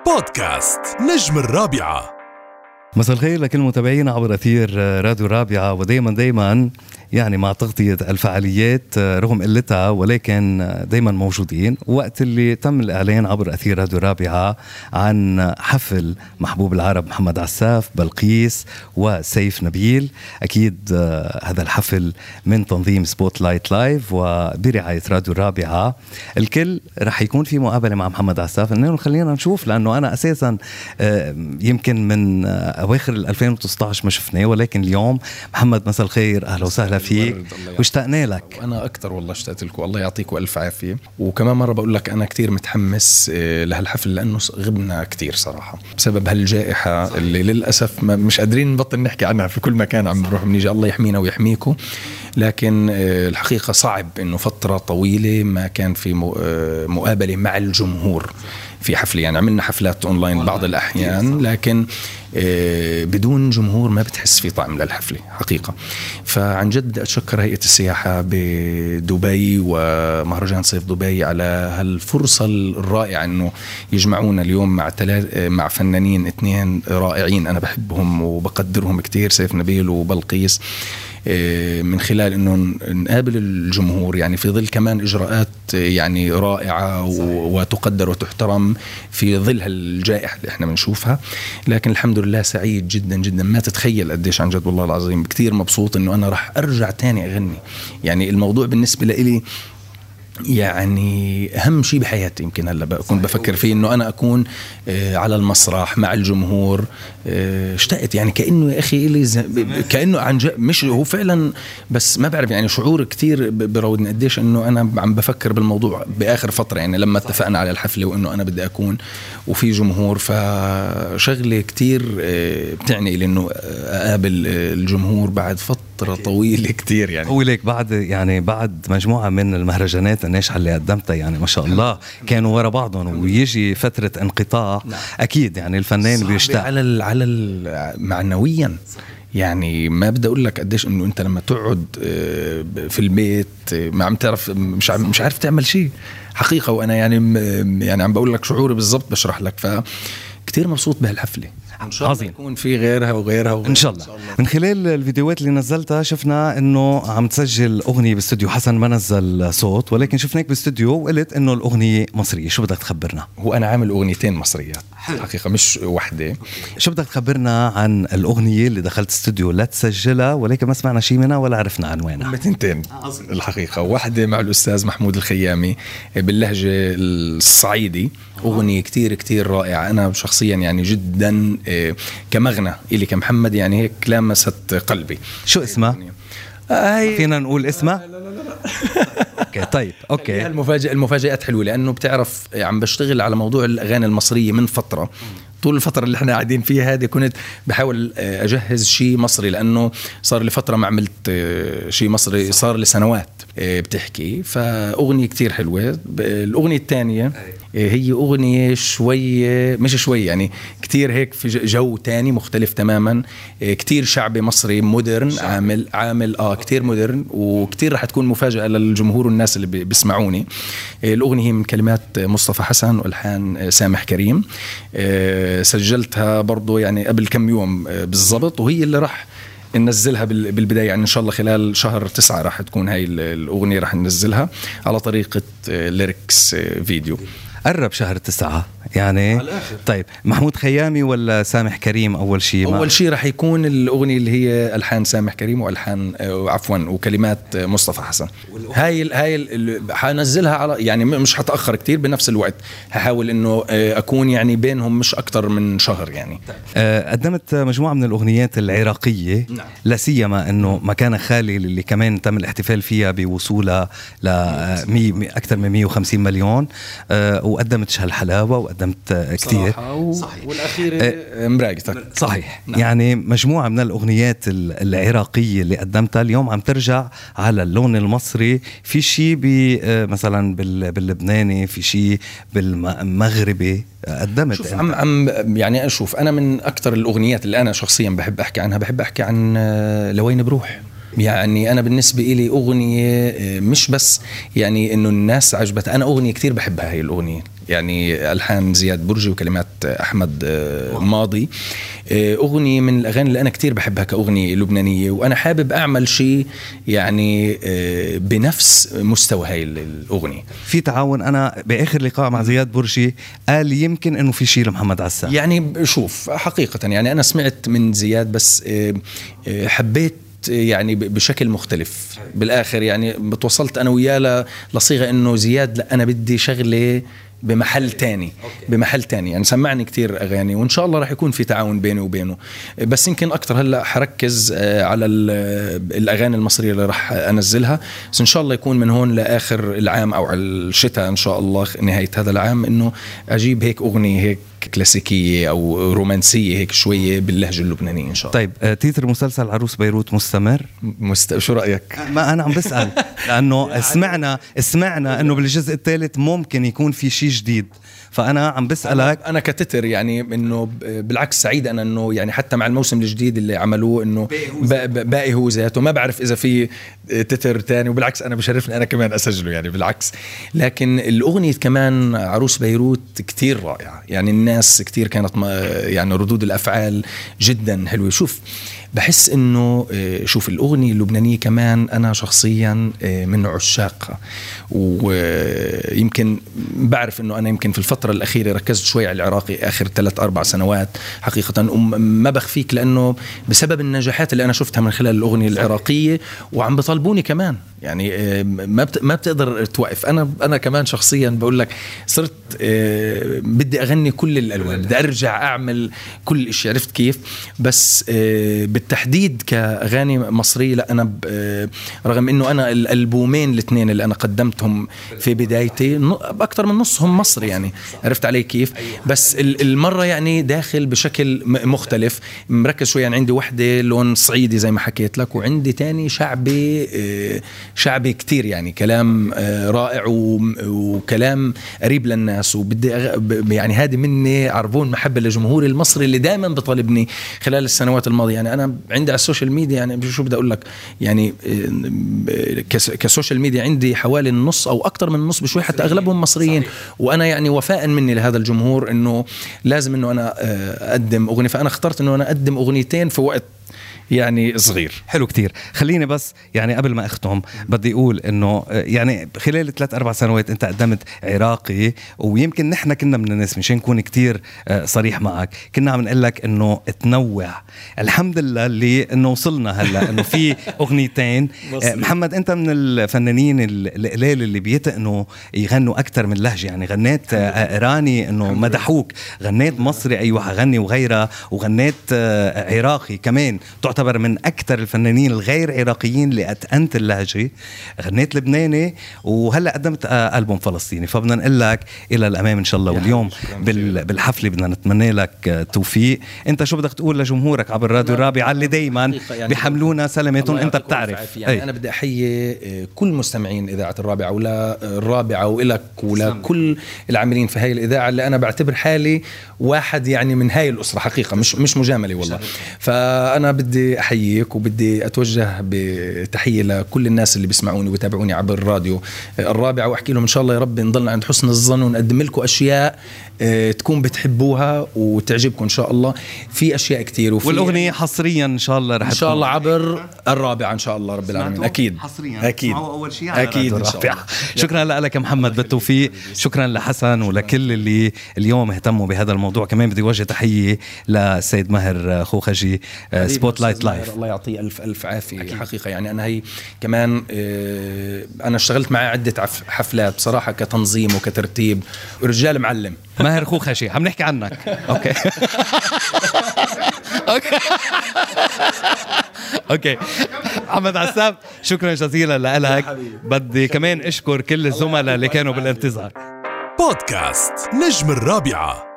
بودكاست نجم الرابعة. مساء الخير لكل المتابعين عبر أثير راديو الرابعة، ودايما يعني مع تغطية الفعاليات رغم قلتها ولكن دايما موجودين. وقت اللي تم الإعلان عبر أثير راديو الرابعة عن حفل محبوب العرب محمد عساف، بلقيس وسيف نبيل، أكيد هذا الحفل من تنظيم سبوت لايت لايف وبرعاية راديو الرابعة. الكل رح يكون في مقابلة مع محمد عساف، إنه خلينا نشوف، لأنه أنا أساسا يمكن من أواخر 2019 ما شفناه، ولكن اليوم محمد مساء الخير، أهلا وسهلا فيك واشتقنا لك. أنا أكتر والله اشتقت لكم، الله يعطيكم ألف عافية. وكمان مرة بقول لك أنا كتير متحمس لهالحفل، لأنه غبنا كتير صراحة بسبب هالجائحة اللي للأسف مش قادرين نبطل نحكي عنها في كل مكان عم نروح بنيجي. الله يحمينا ويحميكم. لكن الحقيقة صعب إنه فترة طويلة ما كان في مقابلة مع الجمهور في حفلة. يعني عملنا حفلات أونلاين بعض الأحيان، لكن بدون جمهور ما بتحس في طعم للحفلة حقيقة. فعن جد أتشكر هيئة السياحة بدبي ومهرجان صيف دبي على هالفرصة الرائعة إنه يجمعونا اليوم مع فنانين اثنين رائعين أنا بحبهم وبقدرهم كتير، سيف نبيل وبلقيس، من خلال إنه نقابل الجمهور يعني في ظل كمان إجراءات يعني رائعة وتقدر وتحترم في ظل هالجائحة اللي إحنا بنشوفها. لكن الحمد لله سعيد جدا جدا، ما تتخيل قديش عن جد والله العظيم. كتير مبسوط إنه أنا راح أرجع تاني أغني. يعني الموضوع بالنسبة لي يعني أهم شيء بحياتي، يمكن هلا بكون بفكر فيه إنه أنا أكون على المسرح مع الجمهور. اشتقت يعني كأنه يا أخي إلي كأنه عن مش هو فعلا، بس ما بعرف يعني شعور كتير براودني قديش إنه أنا عم بفكر بالموضوع بآخر فترة. يعني لما اتفقنا على الحفلة وإنه أنا بدي أكون وفي جمهور، فشغلة كتير بتعني لي إنه أقابل الجمهور بعد فترة طويلة كتير. يعني هو ليك بعد مجموعة من المهرجانات الناجحة اللي قدمتها، يعني ما شاء الله كانوا ورا بعضهم، ويجي فترة انقطاع. أكيد يعني الفنان بيشتاق على معنويا. يعني ما بدي أقول لك قديش إنه أنت لما تقعد في البيت ما عم تعرف، مش عارف تعمل شيء حقيقة. وأنا يعني عم بقول لك شعوري بالضبط، بشرح لك. فكتير مبسوط بهالحفلة، إن شاء الله يكون في غيرها وغيرها إن شاء الله. من خلال الفيديوهات اللي نزلتها شفنا إنه عم تسجل أغنية باستوديو، حسن ما نزل صوت، ولكن شفناك باستوديو وقلت إنه الأغنية مصرية. شو بدك تخبرنا؟ هو أنا عامل أغنيتين مصريات حقيقة، مش واحدة. شو بدك تخبرنا عن الأغنية اللي دخلت استوديو لا تسجلها ولكن ما سمعنا شيء منها ولا عرفنا عنوانها؟ تنتين الحقيقة. واحدة مع الأستاذ محمود الخيامي باللهجة الصعيدي، أغنية كتير كتير رائعة. أنا شخصيا يعني جدا كمغنى إلي كمحمد يعني هيك لامست قلبي. شو اسمها؟ فينا نقول اسمها؟ اوكي طيب اوكي. المفاجآت حلوة، لأنه بتعرف عم بشتغل على موضوع الأغاني المصرية من فترة. طول الفترة اللي احنا قاعدين فيها هذه كنت بحاول أجهز شيء مصري، لأنه صار لي فترة ما عملت شيء مصري، صار لي سنوات بتحكي. فأغنية كتير حلوة. الأغنية الثانية هي أغنية شوية، مش شوية يعني كتير هيك في جو تاني مختلف تماما، كتير شعبي مصري مودرن، عامل كتير مودرن، وكتير رح تكون مفاجأة للجمهور والناس اللي بيسمعوني. الأغنية هي من كلمات مصطفى حسن والحان سامح كريم. سجلتها برضو يعني قبل كم يوم بالضبط، وهي اللي رح ننزلها بالبداية. يعني إن شاء الله خلال شهر 9 رح تكون هاي الأغنية رح ننزلها على طريقة ليركس فيديو. قرب شهر 9 يعني. طيب محمود خيامي ولا سامح كريم؟ أول شيء رح يكون الأغنية اللي هي ألحان سامح كريم وألحان وكلمات مصطفى حسن. هاي حنزلها على يعني مش هتأخر كتير، بنفس الوقت هحاول إنه أكون يعني بينهم مش أكتر من شهر. يعني قدمت مجموعة من الأغنيات العراقية. نعم. لا سيما إنه مكان خالي اللي كمان تم الاحتفال فيها بوصولها أكثر من 150 مليون، وقدمت هالحلاوة وقدمت كتير. والأخير مراقتك. صحيح. نعم. يعني مجموعة من الأغنيات العراقية اللي قدمتها اليوم عم ترجع على اللون المصري. في شيء مثلا باللبناني، في شيء بالمغربي قدمت. شوف عم يعني أشوف أنا من أكتر الأغنيات اللي أنا شخصيا بحب أحكي عنها، بحب أحكي عن لوين بروح. يعني أنا بالنسبة إلي أغنية مش بس يعني إنه الناس عجبتها، أنا أغنية كتير بحبها هي الأغنية، يعني ألحان زياد برجي وكلمات أحمد ماضي. أغنية من الأغاني اللي أنا كتير بحبها كأغنية لبنانية، وأنا حابب أعمل شيء يعني بنفس مستوى هاي الأغنية. في تعاون. أنا بآخر لقاء مع زياد برجي قال يمكن إنه في شيء لمحمد عسام. يعني شوف حقيقة يعني أنا سمعت من زياد بس حبيت يعني بشكل مختلف بالآخر، يعني بتوصلت أنا وياه لصيغة إنه زياد لا أنا بدي شغلة بمحل تاني. بمحل تاني يعني سمعني كتير أغاني، وإن شاء الله راح يكون في تعاون بيني وبينه، بس يمكن أكتر هلأ حركز على الأغاني المصرية اللي راح أنزلها، بس إن شاء الله يكون من هون لآخر العام أو على الشتاء إن شاء الله نهاية هذا العام إنه أجيب هيك أغنية هيك كلاسيكية أو رومانسية هيك شوية باللهجة اللبنانية إن شاء الله. طيب تيتر مسلسل عروس بيروت مستمر؟ شو رأيك؟ ما أنا عم بسأل لأنه سمعنا إنه بالجزء الثالث ممكن يكون في شيء جديد، فأنا عم بسألك. أنا كتتر يعني إنه بالعكس سعيد أنا إنه يعني حتى مع الموسم الجديد اللي عملوه إنه باقي هو ذاته، ما بعرف إذا في تتر تاني، وبالعكس أنا بشرفني أنا كمان أسجله يعني بالعكس. لكن الأغنية كمان عروس بيروت كتير رائعة، يعني الناس كتير كانت يعني ردود الأفعال جدا حلوة. شوف بحس إنه شوف الأغنية اللبنانية كمان أنا شخصيا من عشاقها، ويمكن بعرف إنه أنا يمكن في الفترة الأخيرة ركزت شوي على العراقي آخر 3-4 سنوات حقيقة، ما بخفيك لأنه بسبب النجاحات اللي أنا شفتها من خلال الأغنية العراقية، وعم بطالبوني كمان يعني ما بتقدر توقف. أنا كمان شخصيا بقول لك صرت بدي أغني كل الألوان، بدي أرجع أعمل كل الأشياء، عرفت كيف؟ بس بالتحديد كأغاني مصرية لا أنا رغم إنه أنا الألبومين الاثنين اللي أنا قدمتهم في بدايتي أكتر من نصهم مصري، يعني عرفت علي كيف؟ بس المرة يعني داخل بشكل مختلف، مركز شوي، يعني عندي وحدة لون صعيدي زي ما حكيت لك، وعندي تاني شعبي كتير، يعني كلام رائع وكلام قريب للناس، وبدي يعني هذه مني عربون محبة لجمهوري المصري اللي دائما بطالبني خلال السنوات الماضية. يعني أنا عندي على السوشيال ميديا يعني شو بدي أقول لك، يعني كسوشيال ميديا عندي حوالي النص أو أكتر من النص بشوي، حتى أغلبهم مصريين. صحيح. وأنا يعني وفاء مني لهذا الجمهور إنه لازم إنه أنا أقدم أغنية، فأنا اخترت إنه أنا أقدم أغنيتين في وقت يعني صغير. حلو كتير. خليني بس يعني قبل ما أختم بدي أقول إنه يعني خلال 3-4 سنوات أنت قدمت عراقي، ويمكن نحن كنا من الناس مشان نكون كتير صريح معك كنا عم نقول لك إنه تنوع. الحمد لله اللي إنه وصلنا هلا إنه في أغنيتين. محمد أنت من الفنانين القليل اللي بيتقنوا يغنوا أكتر من لهجة، يعني غنيت إيراني إنه مدحوك، غنيت مصري أيوة غني وغيرها، وغنيت عراقي كمان تعتبر من أكثر الفنانين الغير عراقيين اللي أتقنت اللهجة، غنيت لبناني، وهلأ قدمت ألبوم فلسطيني. فبدنا نقول لك إلى الأمام إن شاء الله. واليوم بالحفلة بدنا نتمنى لك توفيق. أنت شو بدك تقول لجمهورك عبر راديو الرابعة اللي دايما بيحملونا سلامتهم؟ أنت بتعرف يعني أنا بدي أحيي كل مستمعين إذاعة الرابعة ولا الرابعة وإلك ولا كل العاملين في هاي الإذاعة اللي أنا بعتبر حالي واحد يعني من هاي الأسرة حقيقة، مش مجاملة والله. فأنا بدي أحييك وبدي أتوجه بتحية لكل الناس اللي بيسمعوني ويتابعوني عبر الراديو الرابعة، وأحكي لهم إن شاء الله يا رب نضلنا عند حسن الظن ونقدم لكم أشياء تكون بتحبوها وتعجبكم إن شاء الله. في أشياء كتير، والأغنية حصريا إن شاء الله رح إن شاء الله عبر الرابعة إن شاء الله رب العالمين. أكيد حصريا أكيد أول شيء على أكيد الرابعة. شكرا لك محمد، بالتوفيق. شكرا لحسن ولكل اللي اليوم اهتموا بهذا الموضوع. كمان بدي وجه تحية للسيد ماهر خوخجي سبوت لايت لايف، الله يعطيه ألف عافية حقيقة. يعني أنا هي كمان أنا اشتغلت معاه عدة حفلات بصراحة كتنظيم وكترتيب، رجال معلم. ماهر خوخجي عم نحكي عنك. أوكي أوكي محمد عسام، شكرا جزيلا لك. بدي كمان أشكر كل الزملاء اللي كانوا بالانتظار. بودكاست نجم الرابعة.